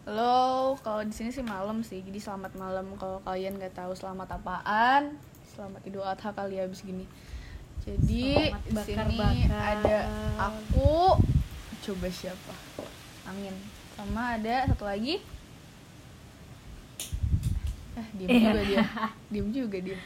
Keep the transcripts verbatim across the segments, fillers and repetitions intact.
Halo, kalau di sini sih malam sih, jadi selamat malam. Kalau kalian nggak tahu selamat apaan, selamat Idul Adha kali ya abis gini. Jadi di sini ada aku, coba siapa? Amin. Sama ada satu lagi. Eh, diem Iya. juga dia. Diem juga dia.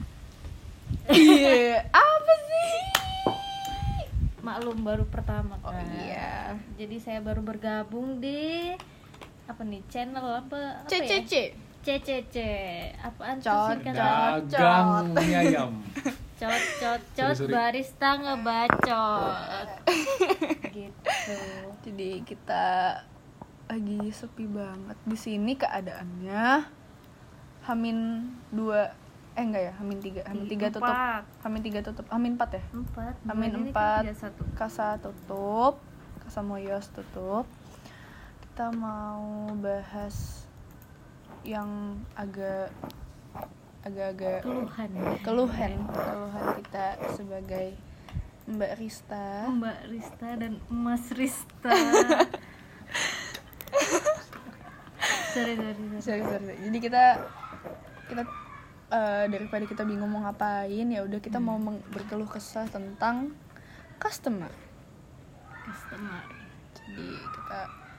Iya, apa sih? Maklum baru pertama Oh kan. iya. Jadi saya baru bergabung di apa nih channel apa apa C C ya? C. C C C. Apaan tuh Cot, singkatan? cot. Dagang mie ayam. Cot cot cot Sorry, sorry. barista ngebacot. Gitu. Jadi kita lagi sepi banget di sini keadaannya. Hamin dua eh enggak ya, Hamin tiga, Hamin tiga tutup. Empat. Hamin tiga tutup, Hamin empat ya? Empat. Hamin Bulan ini empat. kan tiga puluh satu. Kasa tutup, Kasa Moyos tutup. Kita mau bahas yang agak agak-agak Keluhan. keluhan, keluhan kita sebagai Mbak Rista. Mbak Rista dan Mas Rista. sorry, sorry, sorry. Sorry, sorry. Jadi kita kita eh, daripada kita bingung mau ngapain, ya udah kita mau meng- berkeluh kesah tentang customer. Customer. Jadi kita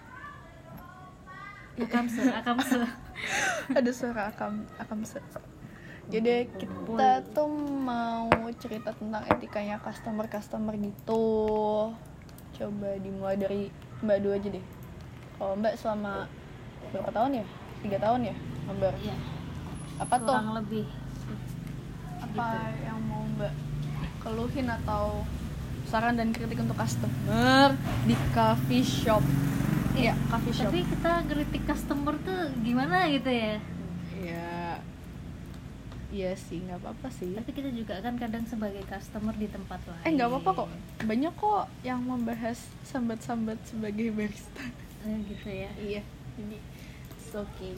Akamse, akamse. ada suara akam akamse. Jadi kita tuh mau cerita tentang etikanya customer customer gitu. Coba dimulai dari Mbak dulu aja deh. Kalau Mbak selama berapa tahun ya? Tiga tahun ya, Mbak. Iya. Apa tuh? Kurang lebih. Apa yang mau Mbak keluhin atau saran dan kritik untuk customer di coffee shop? Iya, coffee shop. Tapi kita kritik customer tuh gimana gitu ya? Ya, iya sih, nggak apa-apa sih. Tapi kita juga kan kadang sebagai customer di tempat lain. Eh, nggak apa-apa kok. Banyak kok yang membahas sambat-sambat sebagai barista. Eh, gitu ya. Iya, jadi it's okay.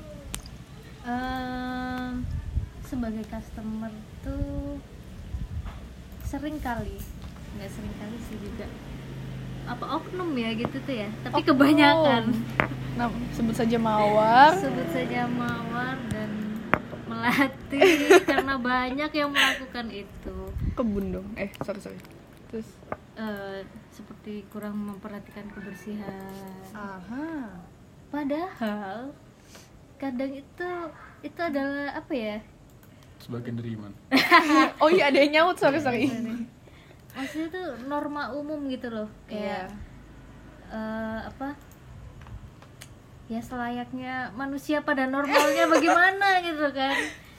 Eh, sebagai customer tuh sering kali, nggak sering kali sih juga. Apa oknum ya gitu tuh ya? Tapi Oknum. kebanyakan. Nah, sebut saja mawar. Sebut saja mawar dan melati karena banyak yang melakukan itu. Kebun dong. Eh, sorry sorry. Terus, Eh, seperti kurang memperhatikan kebersihan. aha. Padahal kadang itu itu adalah apa ya? Sebagian dari iman. Oh iya, ada yang nyaut, sorry sorry. Maksudnya tuh norma umum gitu loh, kayak eh, apa? Ya selayaknya manusia pada normalnya bagaimana gitu kan?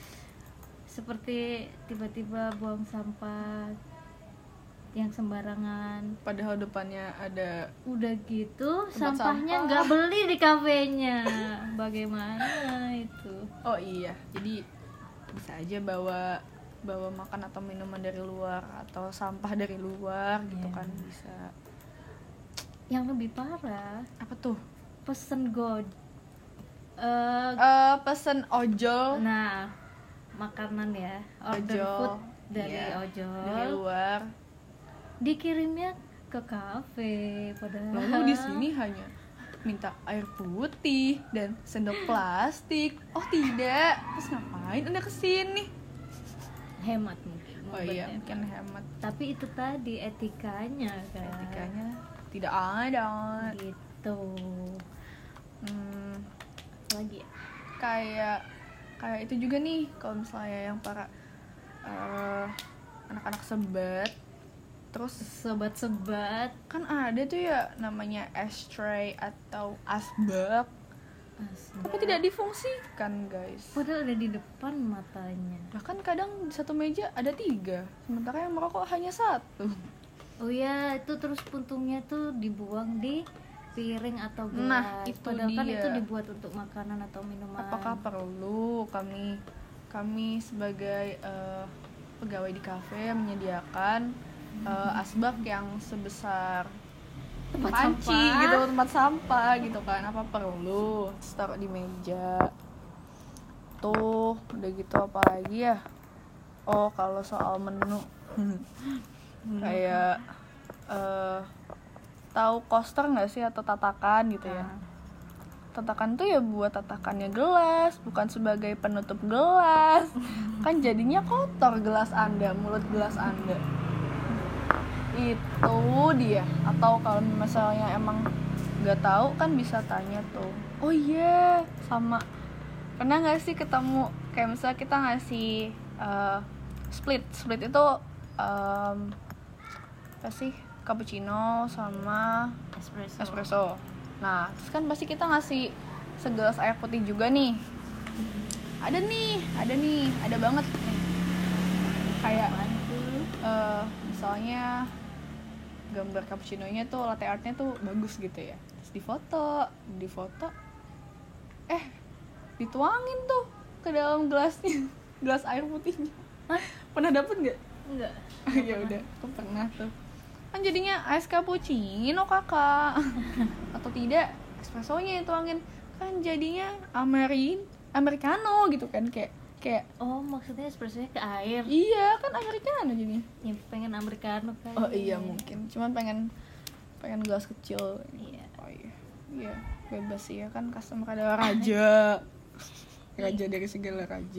Seperti tiba-tiba buang sampah yang sembarangan. Padahal depannya ada Udah gitu Tempat sampahnya sampah. nggak beli di kafenya. Bagaimana itu? Oh iya, jadi bisa aja bawa bawa makan atau minuman dari luar atau sampah dari luar gitu Iya. kan bisa. Yang lebih parah, Apa tuh? pesen god. Eh, Eh pesen ojol nah, makanan ya, order Ojol. food dari Iya, ojol. dari luar. Dikirimnya ke kafe padahal. Lalu di sini hanya minta air putih dan sendok plastik. Oh tidak, terus ngapain Anda kesini? Hemat mungkin. Oh mau iya, berhemat. mungkin hemat. Tapi itu tadi etikanya kan. Etikanya tidak ada. Gitu. Hmm, Lagi ya? kayak kayak itu juga nih kalau misalnya yang para eh, anak-anak sebat, terus Sobat-sobat. kan ada tuh ya namanya ashtray atau asbak, tapi tidak difungsikan guys. Padahal ada di depan matanya. Bahkan kadang di satu meja ada tiga, sementara yang merokok hanya satu. Oh ya, itu terus puntungnya tuh dibuang di piring atau gelas. Nah, itu Padahal kan dia. itu dibuat untuk makanan atau minuman. Apakah perlu kami kami sebagai eh, pegawai di kafe menyediakan eh, asbak yang sebesar Tempat panci sampah. gitu, tempat sampah gitu kan? Apa perlu terus taruh di meja? Tuh, udah gitu apa lagi ya? Oh, kalau soal menu kayak eh tahu coaster nggak sih atau tatakan gitu ya? Ah. tatakan tuh ya buat tatakannya gelas, bukan sebagai penutup gelas. Kan jadinya kotor gelas Anda, mulut gelas Anda. Itu dia. Atau kalau misalnya emang nggak tahu kan bisa tanya tuh. Oh iya, sama pernah nggak sih ketemu kayak misalnya kita ngasih uh, split split itu um, apa sih, cappuccino sama Espresso. espresso. Nah, terus kan pasti kita ngasih segelas air putih juga nih. Ada nih, ada nih, ada banget nih. Kayak uh, misalnya gambar cappuccino-nya tuh latte art-nya tuh bagus gitu ya. Terus difoto, difoto. Eh, dituangin tuh ke dalam gelasnya, gelas air putihnya. Hah? Pernah dapet nggak? Enggak. Ya udah, aku pernah tuh. Kan jadinya ice cappuccino kakak. Atau tidak espressonya itu angin, kan jadinya Amerin americano gitu kan, kayak kayak Oh, maksudnya espressonya ke air. iya kan americano jadinya. Ya pengen americano kan. Oh iya mungkin, cuman pengen pengen gelas kecil. Iya. Oh iya, iya bebas sih ya kan, customer adalah raja, raja dari segala raja.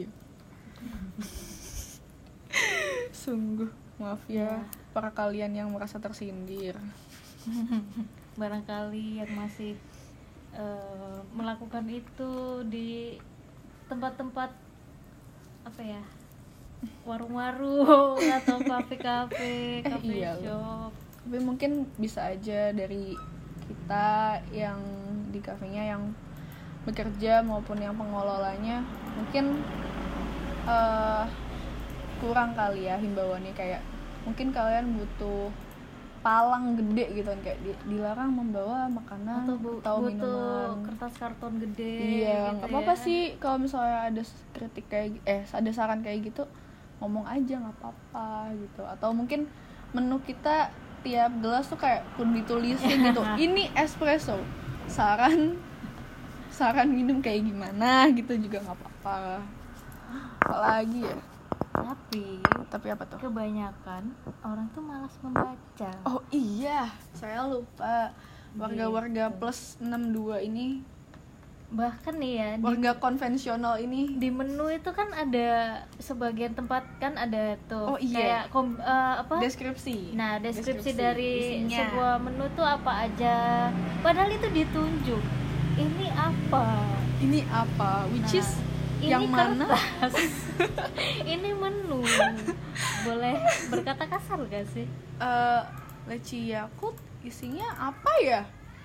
Sungguh maaf ya, Ya. para kalian yang merasa tersindir. Barangkali yang masih uh, melakukan itu di tempat-tempat apa ya, warung-warung atau kafe-kafe, Eh, kafe iya loh. shop. Tapi mungkin bisa aja dari kita yang di kafenya yang bekerja maupun yang pengelolanya mungkin uh, kurang kali ya himbauannya, kayak mungkin kalian butuh palang gede gitu kan, kayak di, dilarang membawa makanan Atau bu- atau butuh minuman. kertas karton gede. Iya, gitu nggak apa-apa ya. sih kalau misalnya ada kritik kayak gi- eh ada saran kayak gitu, ngomong aja nggak apa-apa gitu. Atau mungkin menu kita tiap gelas tuh kayak pun ditulisin gitu, ini espresso, saran saran minum kayak gimana gitu juga nggak apa-apa. Apalagi ya, Tapi tapi apa tuh? kebanyakan orang tuh malas membaca. Oh iya, saya lupa, warga-warga Gitu. plus enam puluh dua ini, Bahkan nih ya, di, warga konvensional ini. di menu itu kan ada sebagian tempat kan ada tuh Oh, iya. kayak kom, eh, apa? Deskripsi. Nah, deskripsi, Deskripsi dari isinya. sebuah menu tuh apa aja. Padahal itu ditunjuk. Ini apa? Ini apa? Which Nah, is ini yang mana? kertas. Ini menu. Boleh berkata kasar gak sih? Eh, leci Yakult isinya apa ya?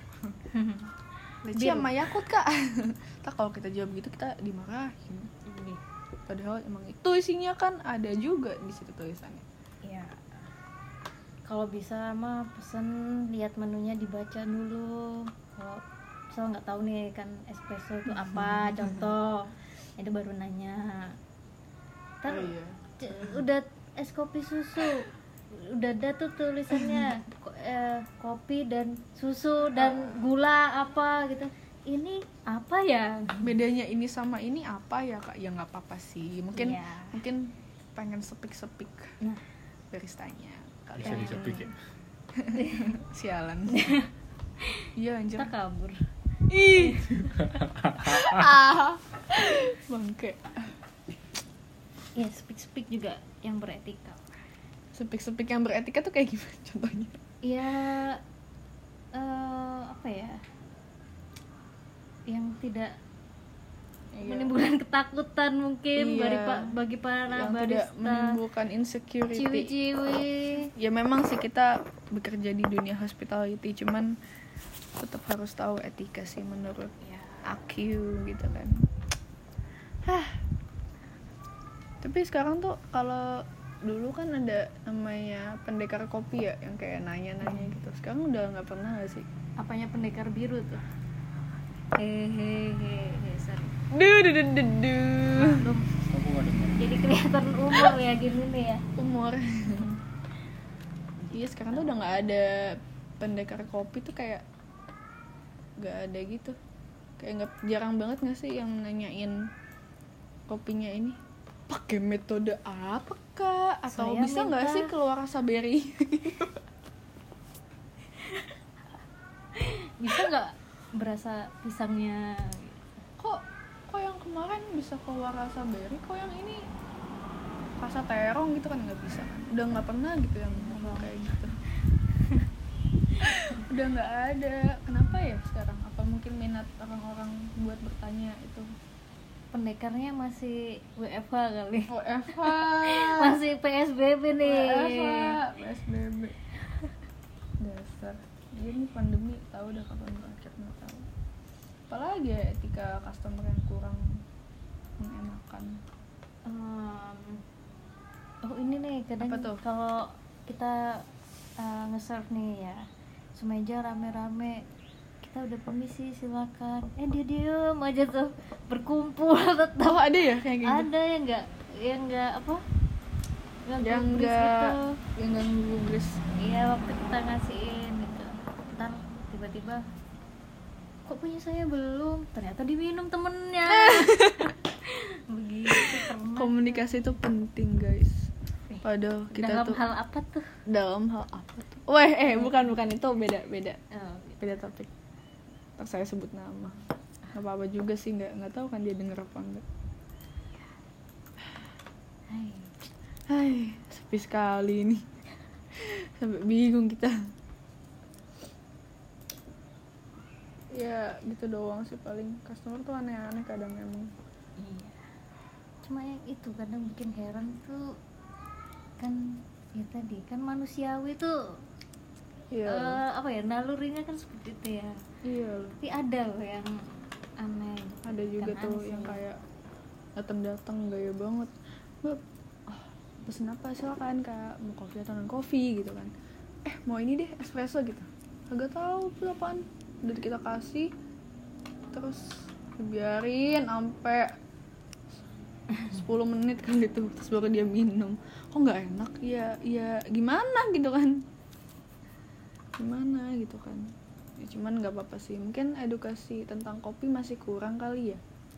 Leci Bir. sama Yakult kak. Tak kalau kita jawab gitu kita dimarahin. Padahal emang itu isinya kan ada juga di situ tulisannya. Ya. Kalau bisa mah pesen lihat menunya dibaca dulu. Kalau misal nggak tahu nih kan espresso itu apa contoh, itu baru nanya. Ntar Oh, iya. c- udah es kopi susu, udah ada tuh tulisannya ko- eh, kopi dan susu dan gula apa gitu. Ini apa ya? Bedanya ini sama ini apa ya kak? Ya nggak apa-apa sih. Mungkin Iya. mungkin pengen sepik-sepik Nah, baristanya kali. Bisa dicepik ya. Sialan. Iya anjir. kita kabur. Ih. Ah. Bangke. Ya, speak-speak juga yang beretika. Sepik-sepik yang beretika tuh kayak gimana contohnya? Ya eh, apa ya, yang tidak Iya. menimbulkan ketakutan mungkin Iya. bagi pa- bagi para Yang tidak barista, menimbulkan insecurity. ciwi-ciwi. Ya memang sih kita bekerja di dunia hospitality, cuman tetap harus tahu etika sih menurut Ya. aku gitu kan. Hah. Tapi sekarang tuh kalau dulu kan ada namanya pendekar kopi ya, yang kayak nanya-nanya gitu. Sekarang udah nggak pernah nggak sih? Apanya pendekar biru tuh? Hehehe, sorry. Duh, duh, duh, duh, duh. Belum. Aku nggak dengar. Jadi kelihatan umur ya gini nih ya. Umur. Iya sekarang tuh udah nggak ada pendekar kopi tuh, kayak nggak ada gitu. Kayak nggak, jarang banget nggak sih yang nanyain kopinya ini pakai metode apa kak, atau Saya bisa nggak minta- sih keluar rasa berry? Bisa nggak berasa pisangnya. Kok kok yang kemarin bisa keluar rasa berry, kok yang ini rasa terong gitu kan, nggak bisa kan, udah nggak pernah gitu yang ngomong kayak gitu. Udah nggak ada. Kenapa ya sekarang? Apa mungkin minat orang-orang buat bertanya itu? Pendekarnya masih W F H kali. W F H. Masih P S B B nih. W F H, P S B B. Dasar. Dia nih pandemi tahu udah kapan berakhir nggak tahu. Apalagi ya etika customer yang kurang mengenakan. Um, oh ini nih kadang Apa tuh? kalau kita uh, nge-serve nih ya, semeja rame-rame, kita udah permisi silakan, eh dia diem aja tuh berkumpul tetap. Oh ada ya kayak gitu? Ada yang nggak yang nggak apa nggak Yang gubris nggak gitu. yang nggak ngegubris. Iya waktu kita ngasihin gitu, ntar tiba-tiba kok punya saya belum, ternyata diminum temennya. Begitu pernah. Komunikasi itu penting guys. Padahal kita dalam tuh hal apa tuh? dalam hal apa tuh? Weh, eh bukan bukan itu beda beda Oh, beda topik. Ntar saya sebut nama. Gak apa-apa juga sih, nggak nggak tahu kan dia denger apa enggak. hai. Hai, sepi sekali ini. Sampai bingung kita. Ya gitu doang sih paling. Customer tuh aneh-aneh kadang emang. Iya. Cuma yang itu kadang bikin heran tuh kan ya tadi kan manusiawi tuh Iya. eh, apa ya nalurinya kan seperti itu ya. Iya loh. Tapi ada loh yang aneh. Ada juga Bukan tuh aneh yang sih. kayak datang-datang gaya banget. Mbak, oh, pesen apa silakan kak, mau kopi atau non kopi gitu kan. Eh mau ini deh espresso gitu. Agak tahu tuh apaan. Udah kita kasih, terus dibiarin sampai sepuluh menit kali tuh, terus baru dia minum. Kok nggak enak? Ya, ya gimana gitu kan? Gimana gitu kan? Ya, cuman nggak apa-apa sih. Mungkin edukasi tentang kopi masih kurang kali ya.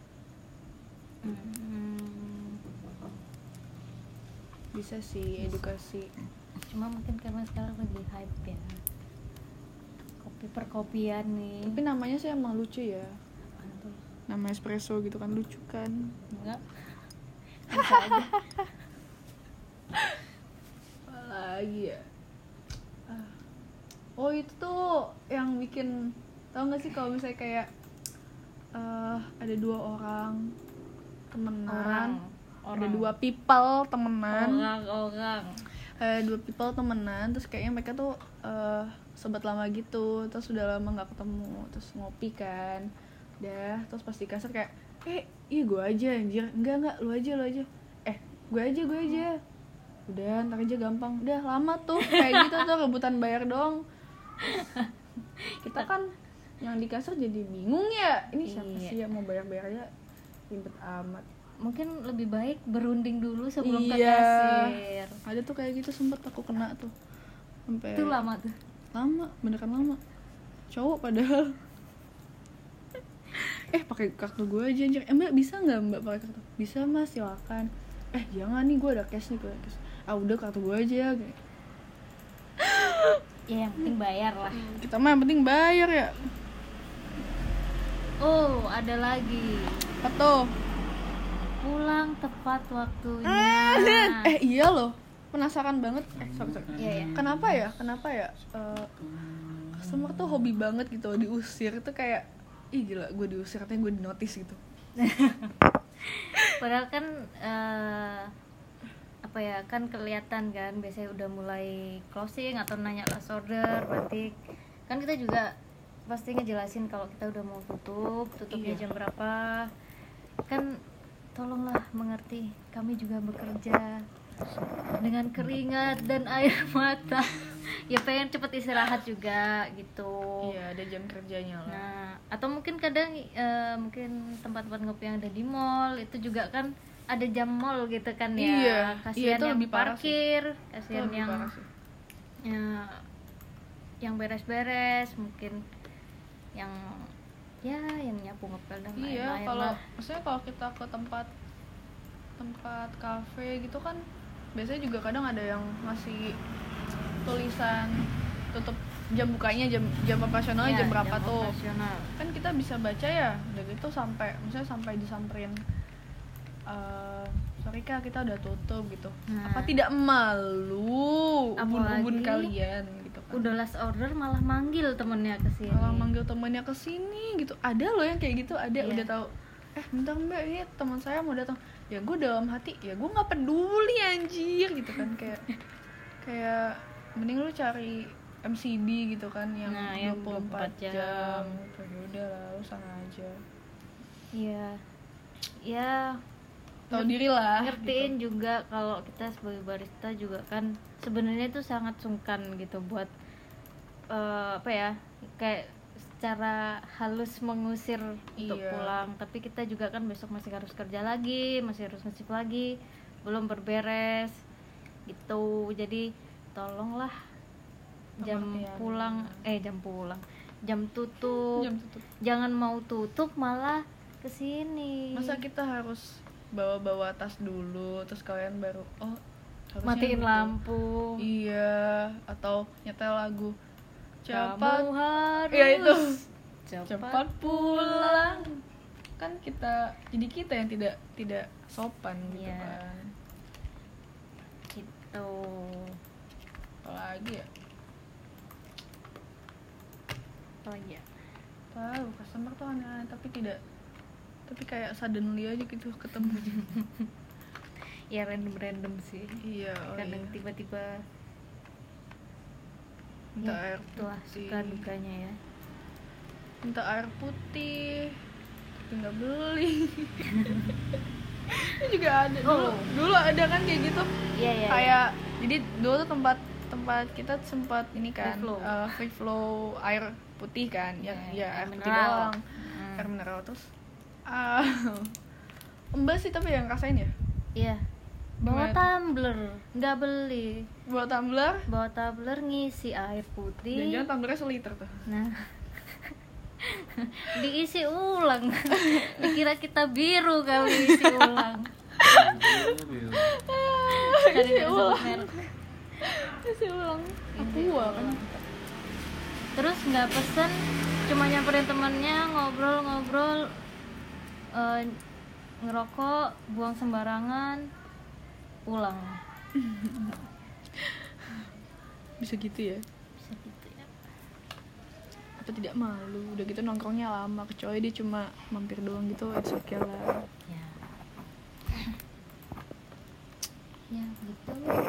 Hmm, Bisa sih edukasi. cuma mungkin karena sekarang lagi hype ya kopi perkopian nih. Tapi namanya sih emang lucu ya. Apaan tuh? Nama espresso gitu kan, lucu kan. Enggak. Bisa aja. Apalagi ya. Ah. Oh itu tuh yang bikin, tau gak sih kalau misalnya kayak eh, ada dua orang temenan, Orang, ada orang. dua people temenan, Orang-orang. ada dua people temenan, terus kayaknya mereka tuh eh, sobat lama gitu, terus udah lama nggak ketemu, terus ngopi kan, dah, terus pasti kasar kayak, eh iya gue aja anjir, enggak enggak lu aja lu aja, eh gue aja gue aja, udah ntar aja gampang, udah lama tuh kayak gitu tuh rebutan bayar doang. Kita kan yang di kasir jadi bingung ya, ini siapa Iya. sih yang mau bayar-bayarnya ribet amat. Mungkin lebih baik berunding dulu sebelum ke Iya. kasir. Ada tuh kayak gitu, sempet aku kena tuh sampai Itu lama tuh. lama, beneran lama, cowok padahal. Eh pakai kartu gue aja anjir, eh mbak bisa nggak mbak pakai kartu? Bisa mas silakan. Eh jangan nih, gue ada cash nih, gue ada cash. Ah udah kartu gue aja kayak. Ya yang penting bayar lah. Kita mah yang penting bayar ya. Oh, ada lagi. Apa tuh? Pulang tepat waktunya. Eh iya loh, penasaran banget. Eh sorry sorry. Iya ya. Kenapa ya? Kenapa ya? Eh, customer tuh hobi banget gitu diusir, itu kayak ih gila, gue diusir katanya gue di notice gitu. Padahal kan eh, apa ya kan kelihatan kan biasanya udah mulai closing atau nanya last order, berarti kan kita juga pasti ngejelasin kalau kita udah mau tutup, tutupnya Iya. jam berapa. Kan tolonglah mengerti, kami juga bekerja dengan keringat dan air mata. Ya pengen cepet istirahat juga gitu. Iya, ada jam kerjanya lah. Nah, atau mungkin kadang eh, mungkin tempat-tempat ngopi yang ada di mall itu juga kan ada jam mall gitu kan ya. Iya, iya, Kasihan itu yang lebih parah sih. parkir, Itu kasihan lebih yang parah sih. ya, yang beres-beres, mungkin yang ya yang nyapu ngepel dan Iya, lain-lain kalau lah. maksudnya kalau kita ke tempat tempat kafe gitu kan biasanya juga kadang ada yang ngasih tulisan tutup jam bukanya jam jam operasionalnya Ya, jam berapa jam tuh operasional. kan kita bisa baca ya udah gitu sampai misalnya sampai disamperin uh, sorry kak kita udah tutup gitu Nah. apa tidak malu ubun-ubun Apalagi kalian gitu kan Udah last order malah manggil temennya ke sini. malah manggil temannya ke sini gitu ada loh yang kayak gitu ada Iya. udah tahu eh bentar mbak ini teman saya mau datang ya gue dalam hati ya gue nggak peduli anjir gitu kan kayak kayak mending lu cari M C D gitu kan yang Nah, yang dua puluh empat dua puluh empat jam jam. gitu ya udah lah lu sana aja Iya. Ya, tahu diri lah ngertiin juga kalau kita sebagai barista juga kan sebenarnya itu sangat sungkan gitu buat eh, apa ya kayak secara halus mengusir untuk Iya. pulang, tapi kita juga kan besok masih harus kerja lagi, masih harus nge-shift lagi, belum berberes gitu. Jadi tolonglah jam Pengertian. pulang eh jam pulang jam tutup jam tutup jangan mau tutup malah kesini. masa kita harus bawa-bawa tas dulu terus kalian baru oh harusnya matiin gitu. lampu. Iya atau nyetel lagu cepat Kamu harus ya itu cepat, cepat pulang kan kita jadi kita yang tidak tidak sopan gitu Iya. kan gitu. apalagi ya Oh iya. tahu customer tuh aneh-aneh tapi tidak tapi kayak suddenly aja gitu ketemu Ya random-random sih. iya oh Kadang iya. tiba-tiba minta ya, air itulah putih suka dukanya ya. minta air putih tapi nggak beli itu juga ada dulu Oh. dulu ada kan kayak gitu Iya ya. kayak jadi dulu tuh tempat tempat kita sempat ini kan Free flow. uh, free flow air putih kan ya Iya, ya air air putih mineral. doang Hmm. air mineral terus ah mbak sih tapi yang rasain ya Iya. Bawa Gimana? tumbler, nggak beli. buat tumbler Bawa tumbler ngisi air putih. jangan tumblernya seliter tuh Nah, diisi ulang. Dikira kita biru kali isi ulang. Cari isi dari ulang sebut merek. isi ulang Isi aqua kan ulang. Terus nggak pesen, cuma nyamperin temannya ngobrol-ngobrol, eh, ngerokok, buang sembarangan, pulang. bisa gitu ya Bisa gitu ya. apa tidak malu udah gitu nongkrongnya lama kecuali dia cuma mampir doang gitu it's okay lah Ya. Ya gitu.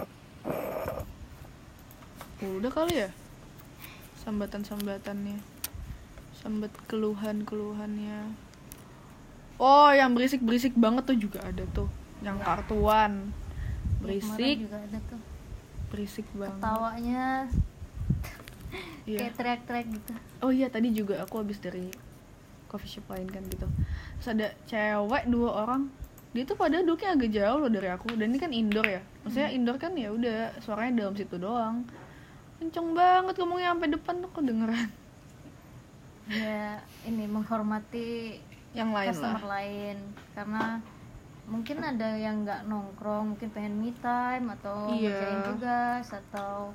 udah kali ya sambatan-sambatannya sambat keluhan-keluhannya oh yang berisik-berisik banget tuh juga ada tuh yang kartuan Ya, berisik kemarin juga ada tuh. berisik banget Tawanya iya. kayak teriak-teriak gitu. Oh iya tadi juga aku habis dari coffee shop lain kan gitu terus ada cewek dua orang dia tuh pada duduknya agak jauh loh dari aku dan ini kan indoor ya maksudnya indoor kan ya udah suaranya dalam situ doang kenceng banget ngomongnya sampai depan tuh kedengeran Ya ini menghormati yang lain customer lah lain karena mungkin ada yang nggak nongkrong, mungkin pengen me time atau Iya. ngerjain tugas atau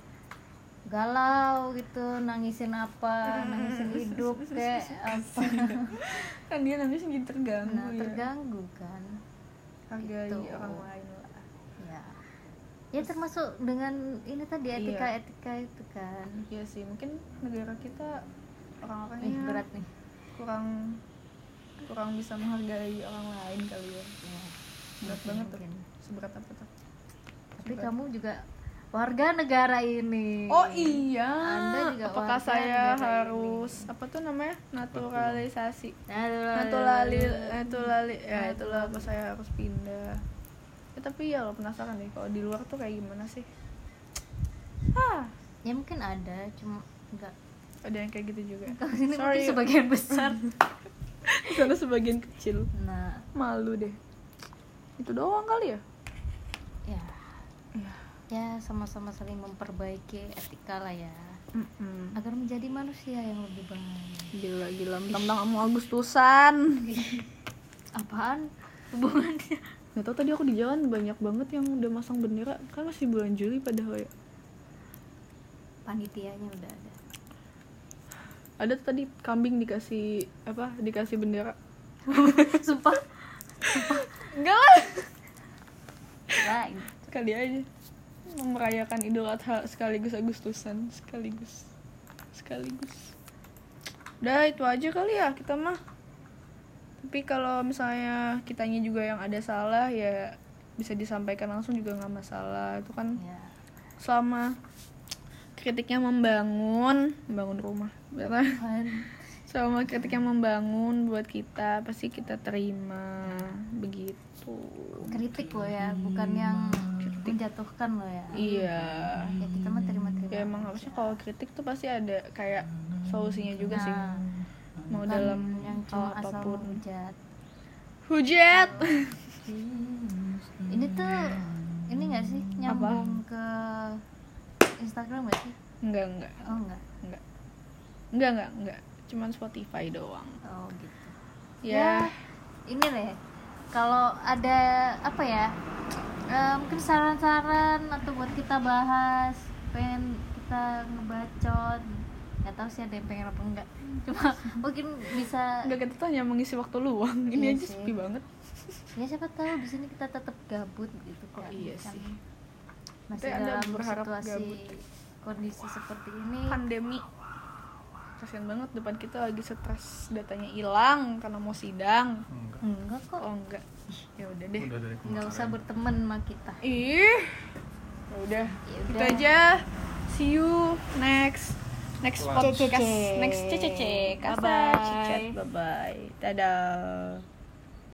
galau gitu, nangisin apa, nangisin hidup kayak apa. kan dia nanti jadi terganggu Nah, ya terganggu kan. hargai Gitu. orang lain lah Ya. Ya termasuk dengan ini tadi Iya. etika-etika itu kan. iya sih mungkin negara kita Ih, orang-orangnya berat nih. kurang kurang bisa menghargai orang lain kali ya Ya. berat Mungkin, banget tuh mungkin. seberat apa tuh Tapi Berat. kamu juga warga negara ini. Oh iya. Anda juga apakah warga saya negara harus apa tuh namanya naturalisasi? Aduh. Naturali, naturali, ya itulah apa saya harus pindah. Ya, tapi ya lo penasaran deh kalau di luar tuh kayak gimana sih? Ah, Ya mungkin ada, cuma enggak. ada yang kayak gitu juga. Kalau ini Sorry. mungkin sebagian besar. Di sana sebagian kecil. Nah, Malu deh. Itu doang kali ya? ya, Iya. ya sama-sama saling memperbaiki etika lah ya, Mm-mm. agar menjadi manusia yang lebih baik. Gila gila tentang kamu Agustusan. Apaan hubungannya? Nggak tau tadi aku di jalan banyak banget yang udah masang bendera kan masih bulan Juli padahal ya. Panitianya udah ada. Ada tuh tadi kambing dikasih apa? Dikasih bendera. Sumpah. Enggak lah. Kirain. Kali aja merayakan Idul Adha sekaligus Agustusan sekaligus sekaligus. Udah itu aja kali ya kita mah. Tapi kalau misalnya kitanya juga yang ada salah ya bisa disampaikan langsung juga nggak masalah. Itu kan Ya. selama kritiknya membangun, membangun rumah. Betul. Selama kritiknya membangun buat kita pasti kita terima begitu. Kritik loh ya, bukan yang menjatuhkan loh ya. Iya. Ya kita mah terima-terima. Ya emang harusnya kalau kritik tuh pasti ada kayak solusinya juga sih. Nah, Mau bukan dalam yang hal cuma asal apapun. menghujat. Hujat. Ini tuh ini nggak sih nyambung ke Instagram nggak sih? Enggak, enggak. Oh enggak. Enggak. Enggak, enggak, enggak. Cuman Spotify doang. Oh gitu. Ya, Ini deh. Kalau ada apa ya? eh, mungkin saran-saran atau buat kita bahas, pengen kita ngebacot. Nggak tahu sih ada yang pengen apa enggak. Cuma mungkin bisa. enggak kita tuh hanya mengisi waktu luang. Ini Iya aja sih. sepi banget. Ya siapa tahu di sini kita tetap gabut gitu Oh, kan. iya Kan sih. masih Tapi Anda dalam berharap situasi gabut. kondisi seperti ini. Pandemi. Kasian banget depan kita lagi stres, datanya hilang karena mau sidang. Enggak. Enggak kok. Oh enggak. Ya udah deh. Udah dari Nggak usah kemarin. berteman sama kita. Ih. Ya udah. Ya Gitu udah. aja. See you next next Bye. podcast. Cece. Next cece. Bye-bye. Bye bye. Dadah.